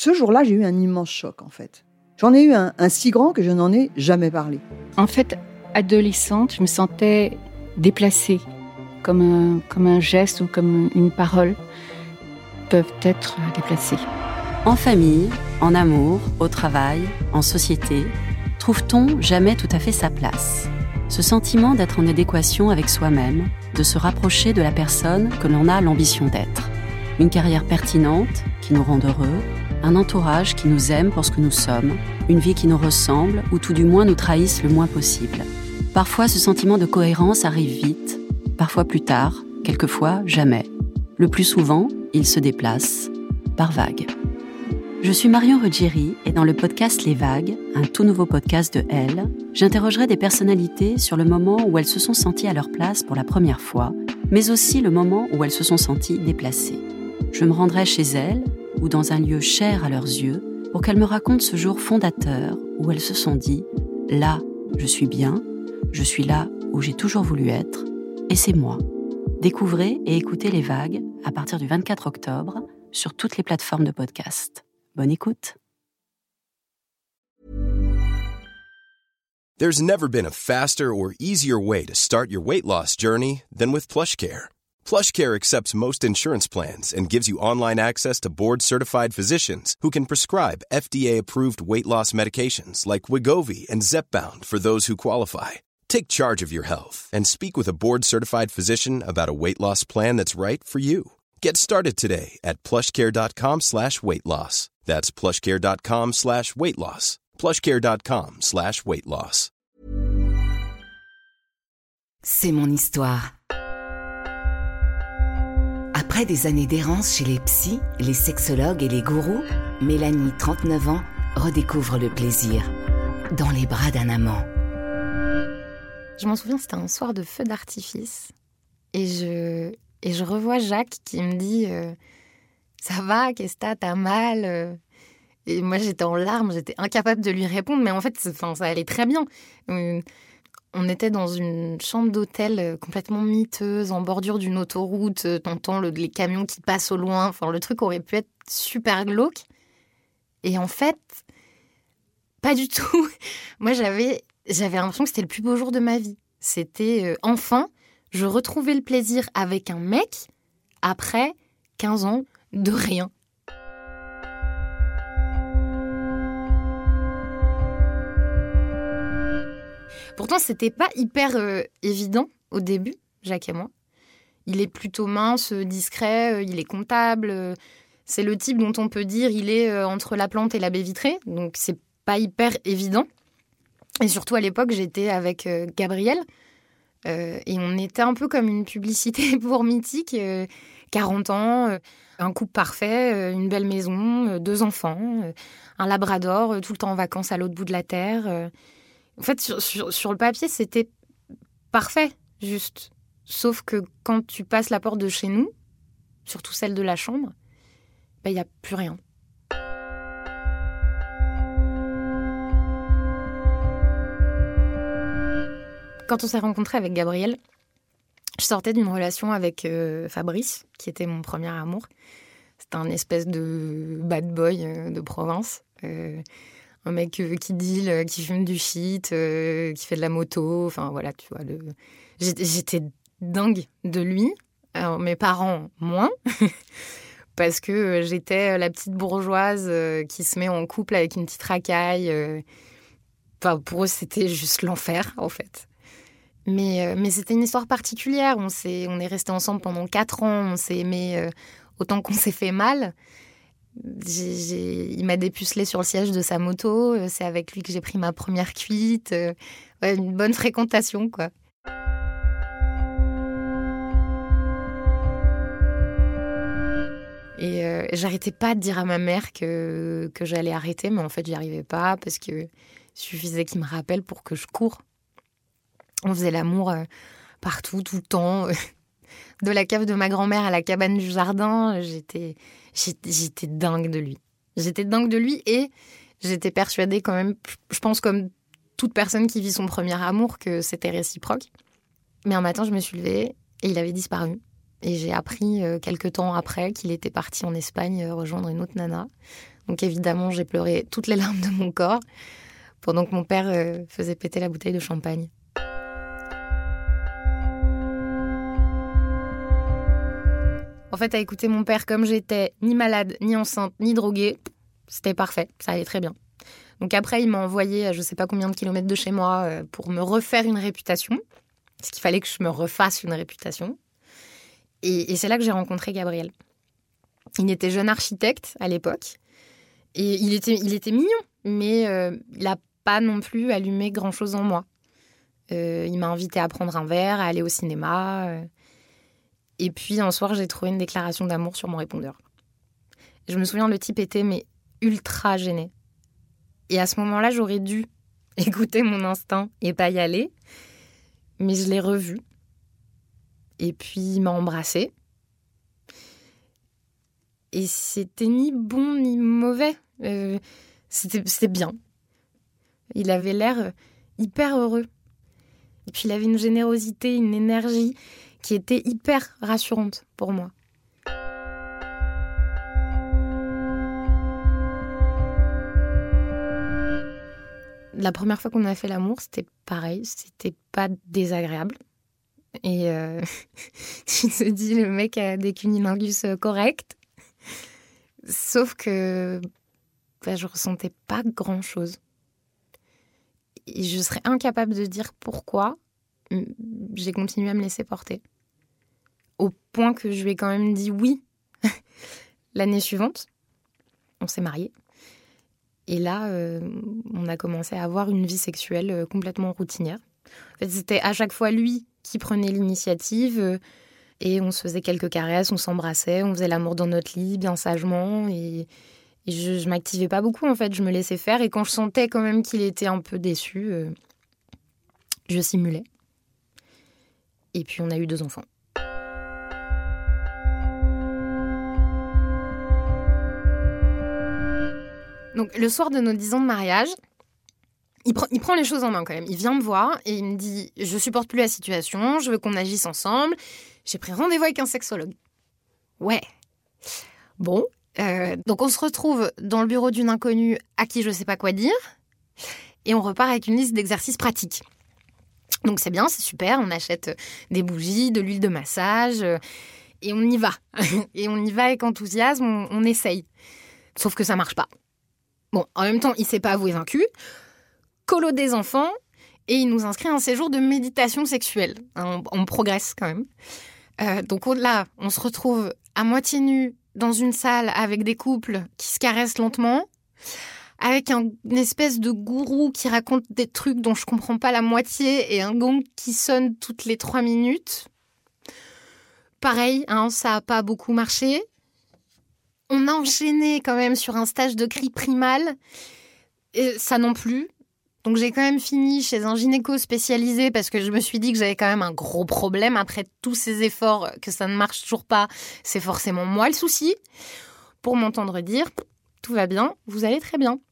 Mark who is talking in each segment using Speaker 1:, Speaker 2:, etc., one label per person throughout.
Speaker 1: Ce jour-là, j'ai eu un immense choc, en fait. J'en ai eu un si grand que je n'en ai jamais parlé.
Speaker 2: En fait, adolescente, je me sentais déplacée, comme un geste ou comme une parole peuvent être déplacées.
Speaker 3: En famille, en amour, au travail, en société, trouve-t-on jamais tout à fait sa place ? Ce sentiment d'être en adéquation avec soi-même, de se rapprocher de la personne que l'on a l'ambition d'être. Une carrière pertinente qui nous rend heureux, un entourage qui nous aime pour ce que nous sommes, une vie qui nous ressemble ou tout du moins nous trahisse le moins possible. Parfois, ce sentiment de cohérence arrive vite, parfois plus tard, quelquefois jamais. Le plus souvent, il se déplace par vagues. Je suis Marion Ruggieri et dans le podcast Les Vagues, un tout nouveau podcast de Elle, j'interrogerai des personnalités sur le moment où elles se sont senties à leur place pour la première fois, mais aussi le moment où elles se sont senties déplacées. Je me rendrai chez elles ou dans un lieu cher à leurs yeux pour qu'elles me racontent ce jour fondateur où elles se sont dit « Là, je suis bien, je suis là où j'ai toujours voulu être, et c'est moi ». Découvrez et écoutez Les Vagues à partir du 24 octobre sur toutes les plateformes de podcast. Bonne écoute.
Speaker 4: There's never been a faster or easier way to start your weight loss journey than with PlushCare. PlushCare accepts most insurance plans and gives you online access to board-certified physicians who can prescribe FDA-approved weight loss medications like Wegovy and Zepbound for those who qualify. Take charge of your health and speak with a board-certified physician about a weight loss plan that's right for you. Get started today at plushcare.com/weight loss. That's plushcare.com/weight loss. plushcare.com/weight loss.
Speaker 5: C'est mon histoire. Après des années d'errance chez les psys, les sexologues et les gourous, Mélanie, 39 ans, redécouvre le plaisir dans les bras d'un amant.
Speaker 6: Je m'en souviens, c'était un soir de feu d'artifice. Et je revois Jacques qui me dit ça va, qu'est-ce que t'as mal Et moi, j'étais en larmes, j'étais incapable de lui répondre. Mais en fait, ça allait très bien. On était dans une chambre d'hôtel complètement miteuse, en bordure d'une autoroute. T'entends les camions qui passent au loin. Enfin, le truc aurait pu être super glauque. Et en fait, pas du tout. Moi, j'avais l'impression que c'était le plus beau jour de ma vie. C'était enfin, je retrouvais le plaisir avec un mec après 15 ans de rien. Pourtant, c'était pas hyper évident au début, Jacques et moi. Il est plutôt mince, discret, il est comptable. C'est le type dont on peut dire il est entre la plante et la baie vitrée. Donc, c'est pas hyper évident. Et surtout, à l'époque, j'étais avec Gabriel. Et on était un peu comme une publicité pour Mythique. 40 ans, un couple parfait, une belle maison, 2 enfants, un labrador, tout le temps en vacances à l'autre bout de la terre. En fait, sur le papier, c'était parfait, juste. Sauf que quand tu passes la porte de chez nous, surtout celle de la chambre, il n'y a plus rien. Quand on s'est rencontrés avec Gabriel, je sortais d'une relation avec Fabrice, qui était mon premier amour. C'était un espèce de bad boy de province. Un mec qui deal, qui fume du shit, qui fait de la moto. Enfin, voilà, tu vois. J'étais dingue de lui. Alors, mes parents, moins. Parce que j'étais la petite bourgeoise qui se met en couple avec une petite racaille. Enfin, pour eux, c'était juste l'enfer, en fait. Mais c'était une histoire particulière. On est restés ensemble pendant 4 ans. On s'est aimés autant qu'on s'est fait mal. Il m'a dépucelé sur le siège de sa moto. C'est avec lui que j'ai pris ma première cuite. Ouais, une bonne fréquentation, quoi. Et j'arrêtais pas de dire à ma mère que j'allais arrêter. Mais en fait, j'y arrivais pas parce qu'il suffisait qu'il me rappelle pour que je cours. On faisait l'amour partout, tout le temps. De la cave de ma grand-mère à la cabane du jardin, j'étais dingue de lui. J'étais dingue de lui et j'étais persuadée quand même, je pense comme toute personne qui vit son premier amour, que c'était réciproque. Mais un matin, je me suis levée et il avait disparu. Et j'ai appris quelques temps après qu'il était parti en Espagne rejoindre une autre nana. Donc évidemment, j'ai pleuré toutes les larmes de mon corps pendant que mon père faisait péter la bouteille de champagne. En fait, à écouter mon père comme j'étais, ni malade, ni enceinte, ni droguée, c'était parfait, ça allait très bien. Donc après, il m'a envoyé à je sais pas combien de kilomètres de chez moi pour me refaire une réputation. Parce qu'il fallait que je me refasse une réputation. Et c'est là que j'ai rencontré Gabriel. Il était jeune architecte à l'époque. Et il était mignon, mais il n'a pas non plus allumé grand-chose en moi. Il m'a invité à prendre un verre, à aller au cinéma. Et puis un soir, j'ai trouvé une déclaration d'amour sur mon répondeur. Je me souviens, le type était ultra gêné. Et à ce moment-là, j'aurais dû écouter mon instinct et pas y aller. Mais je l'ai revu. Et puis, il m'a embrassée. Et c'était ni bon ni mauvais. C'était bien. Il avait l'air hyper heureux. Et puis, il avait une générosité, une énergie qui était hyper rassurante pour moi. La première fois qu'on a fait l'amour, c'était pareil. C'était pas désagréable. Et tu te dis, le mec a des cunnilingus corrects. Sauf que je ressentais pas grand-chose. Et je serais incapable de dire pourquoi j'ai continué à me laisser porter. Au point que je lui ai quand même dit oui. L'année suivante, on s'est mariés. Et là, on a commencé à avoir une vie sexuelle complètement routinière. En fait, c'était à chaque fois lui qui prenait l'initiative et on se faisait quelques caresses, on s'embrassait, on faisait l'amour dans notre lit bien sagement et je m'activais pas beaucoup en fait, je me laissais faire et quand je sentais quand même qu'il était un peu déçu, je simulais. Et puis on a eu 2 enfants. Donc le soir de nos 10 ans de mariage, il prend les choses en main quand même. Il vient me voir et il me dit « Je supporte plus la situation, je veux qu'on agisse ensemble. J'ai pris rendez-vous avec un sexologue. » Ouais. Bon, donc on se retrouve dans le bureau d'une inconnue à qui je sais pas quoi dire et on repart avec une liste d'exercices pratiques. Donc c'est bien, c'est super, on achète des bougies, de l'huile de massage et on y va. Et on y va avec enthousiasme, on essaye. Sauf que ça marche pas. Bon, en même temps, il s'est pas avoué vaincu. Colo des enfants et il nous inscrit un séjour de méditation sexuelle. On progresse quand même. Donc là, on se retrouve à moitié nus dans une salle avec des couples qui se caressent lentement, avec une espèce de gourou qui raconte des trucs dont je comprends pas la moitié et un gong qui sonne toutes les 3 minutes. Pareil, ça a pas beaucoup marché. On a enchaîné quand même sur un stage de cri primal. Et ça non plus. Donc j'ai quand même fini chez un gynéco spécialisé parce que je me suis dit que j'avais quand même un gros problème. Après tous ces efforts, que ça ne marche toujours pas, c'est forcément moi le souci. Pour m'entendre dire, tout va bien, vous allez très bien.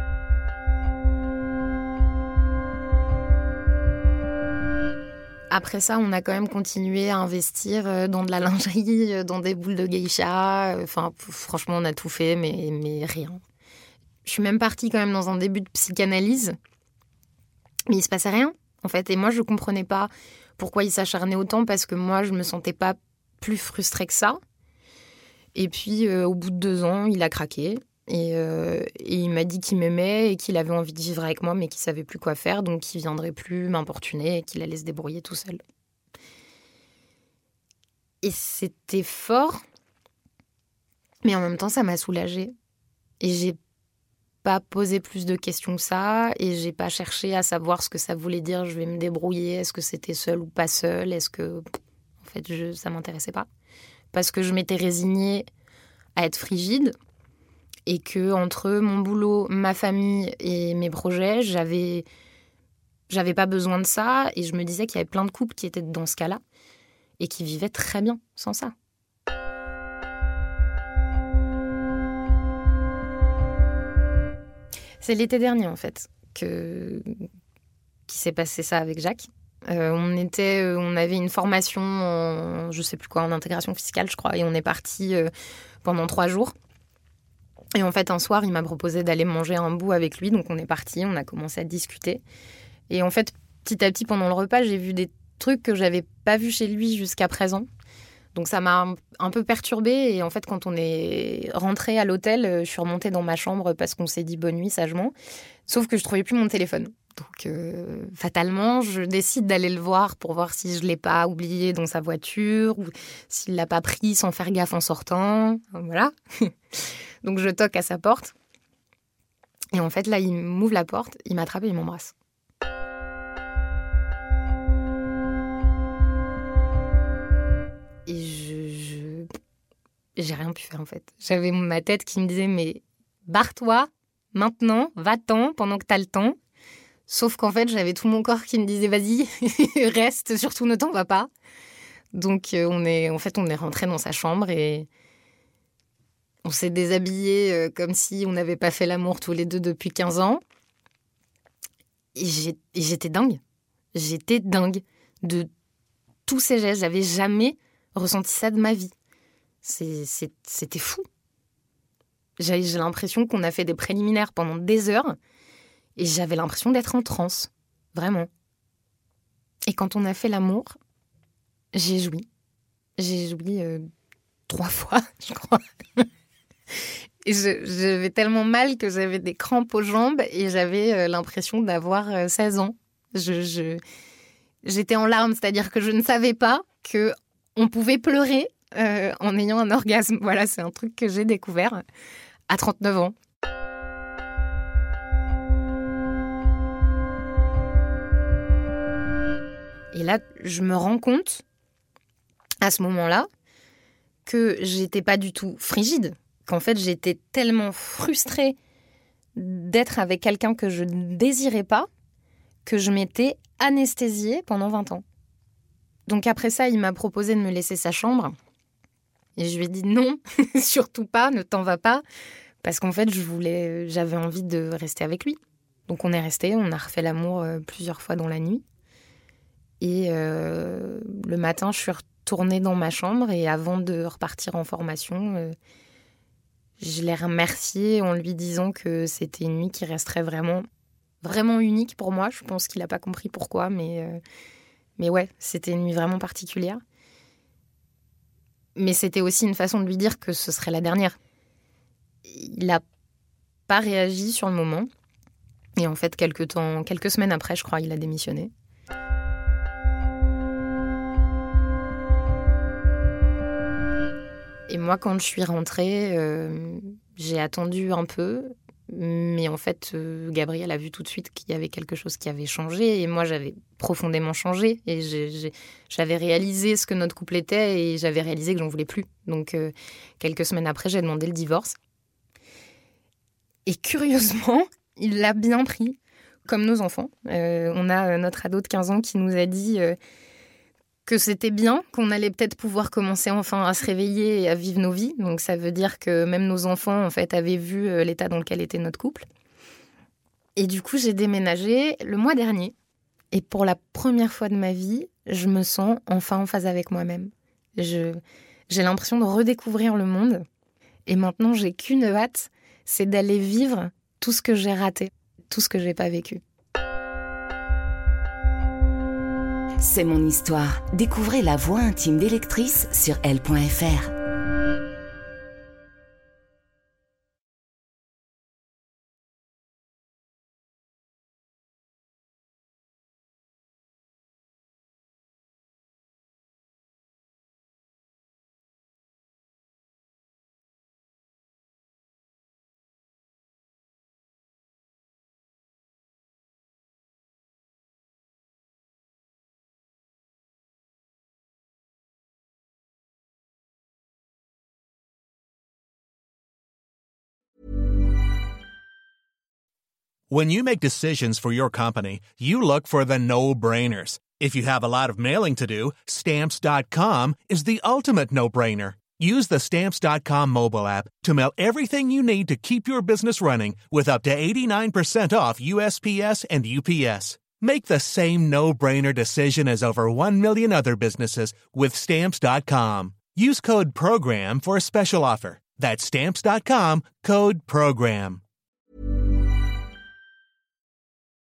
Speaker 6: Après ça, on a quand même continué à investir dans de la lingerie, dans des boules de geisha. Enfin, franchement, on a tout fait, mais rien. Je suis même partie quand même dans un début de psychanalyse. Mais il se passait rien, en fait. Et moi, je comprenais pas pourquoi il s'acharnait autant, parce que moi, je me sentais pas plus frustrée que ça. Et puis, au bout de 2 ans, il a craqué. Et il m'a dit qu'il m'aimait et qu'il avait envie de vivre avec moi, mais qu'il savait plus quoi faire, donc qu'il viendrait plus m'importuner et qu'il allait se débrouiller tout seul. Et c'était fort, mais en même temps, ça m'a soulagée. Et j'ai pas posé plus de questions que ça, et j'ai pas cherché à savoir ce que ça voulait dire. Je vais me débrouiller. Est-ce que c'était seul ou pas seul ? Est-ce que, en fait, ça m'intéressait pas, parce que je m'étais résignée à être frigide. Et que entre mon boulot, ma famille et mes projets, j'avais pas besoin de ça. Et je me disais qu'il y avait plein de couples qui étaient dans ce cas-là et qui vivaient très bien sans ça. C'est l'été dernier, en fait, qui s'est passé ça avec Jacques. On avait une formation en, je sais plus quoi, en intégration fiscale, je crois. Et on est parti pendant 3 jours. Et en fait, un soir, il m'a proposé d'aller manger un bout avec lui. Donc, on est parti, on a commencé à discuter. Et en fait, petit à petit, pendant le repas, j'ai vu des trucs que j'avais pas vus chez lui jusqu'à présent. Donc, ça m'a un peu perturbée. Et en fait, quand on est rentré à l'hôtel, je suis remontée dans ma chambre parce qu'on s'est dit bonne nuit sagement. Sauf que je trouvais plus mon téléphone. Donc, fatalement, je décide d'aller le voir pour voir si je l'ai pas oublié dans sa voiture ou s'il l'a pas pris sans faire gaffe en sortant. Voilà. Donc, je toque à sa porte. Et en fait, là, il m'ouvre la porte, il m'attrape et il m'embrasse. Et j'ai rien pu faire, en fait. J'avais ma tête qui me disait, mais barre-toi, maintenant, va-t'en, pendant que t'as le temps. Sauf qu'en fait, j'avais tout mon corps qui me disait, vas-y, reste, surtout ne t'en va pas. Donc, on est rentré dans sa chambre et on s'est déshabillés comme si on n'avait pas fait l'amour tous les deux depuis 15 ans. Et j'étais dingue. J'étais dingue de tous ces gestes. J'avais jamais ressenti ça de ma vie. C'était fou. J'ai l'impression qu'on a fait des préliminaires pendant des heures et j'avais l'impression d'être en transe. Vraiment. Et quand on a fait l'amour, j'ai joui. J'ai joui 3 fois, je crois. Et j'avais tellement mal que j'avais des crampes aux jambes et j'avais l'impression d'avoir 16 ans. J'étais en larmes, c'est-à-dire que je ne savais pas qu'on pouvait pleurer en ayant un orgasme. Voilà, c'est un truc que j'ai découvert à 39 ans. Et là, je me rends compte, à ce moment-là, que j'étais pas du tout frigide. Qu'en fait, j'étais tellement frustrée d'être avec quelqu'un que je ne désirais pas que je m'étais anesthésiée pendant 20 ans. Donc après ça, il m'a proposé de me laisser sa chambre. Et je lui ai dit non, surtout pas, ne t'en va pas. Parce qu'en fait, j'avais envie de rester avec lui. Donc on est resté, on a refait l'amour plusieurs fois dans la nuit. Et le matin, je suis retournée dans ma chambre et avant de repartir en formation, je l'ai remercié en lui disant que c'était une nuit qui resterait vraiment, vraiment unique pour moi. Je pense qu'il n'a pas compris pourquoi, mais ouais, c'était une nuit vraiment particulière. Mais c'était aussi une façon de lui dire que ce serait la dernière. Il n'a pas réagi sur le moment. Et en fait, quelques semaines après, je crois, il a démissionné. Et moi, quand je suis rentrée, j'ai attendu un peu. Mais en fait, Gabriel a vu tout de suite qu'il y avait quelque chose qui avait changé. Et moi, j'avais profondément changé. Et j'avais réalisé ce que notre couple était. Et j'avais réalisé que j'en voulais plus. Donc, quelques semaines après, j'ai demandé le divorce. Et curieusement, il l'a bien pris, comme nos enfants. On a notre ado de 15 ans qui nous a dit que c'était bien, qu'on allait peut-être pouvoir commencer enfin à se réveiller et à vivre nos vies. Donc ça veut dire que même nos enfants, en fait, avaient vu l'état dans lequel était notre couple. Et du coup, j'ai déménagé le mois dernier. Et pour la première fois de ma vie, je me sens enfin en phase avec moi-même. J'ai l'impression de redécouvrir le monde. Et maintenant, j'ai qu'une hâte, c'est d'aller vivre tout ce que j'ai raté, tout ce que j'ai pas vécu.
Speaker 5: C'est mon histoire. Découvrez la voix intime d'Électrice sur elle.fr.
Speaker 7: When you make decisions for your company, you look for the no-brainers. If you have a lot of mailing to do, Stamps.com is the ultimate no-brainer. Use the Stamps.com mobile app to mail everything you need to keep your business running with up to 89% off USPS and UPS. Make the same no-brainer decision as over 1 million other businesses with Stamps.com. Use code PROGRAM for a special offer. That's Stamps.com, code PROGRAM.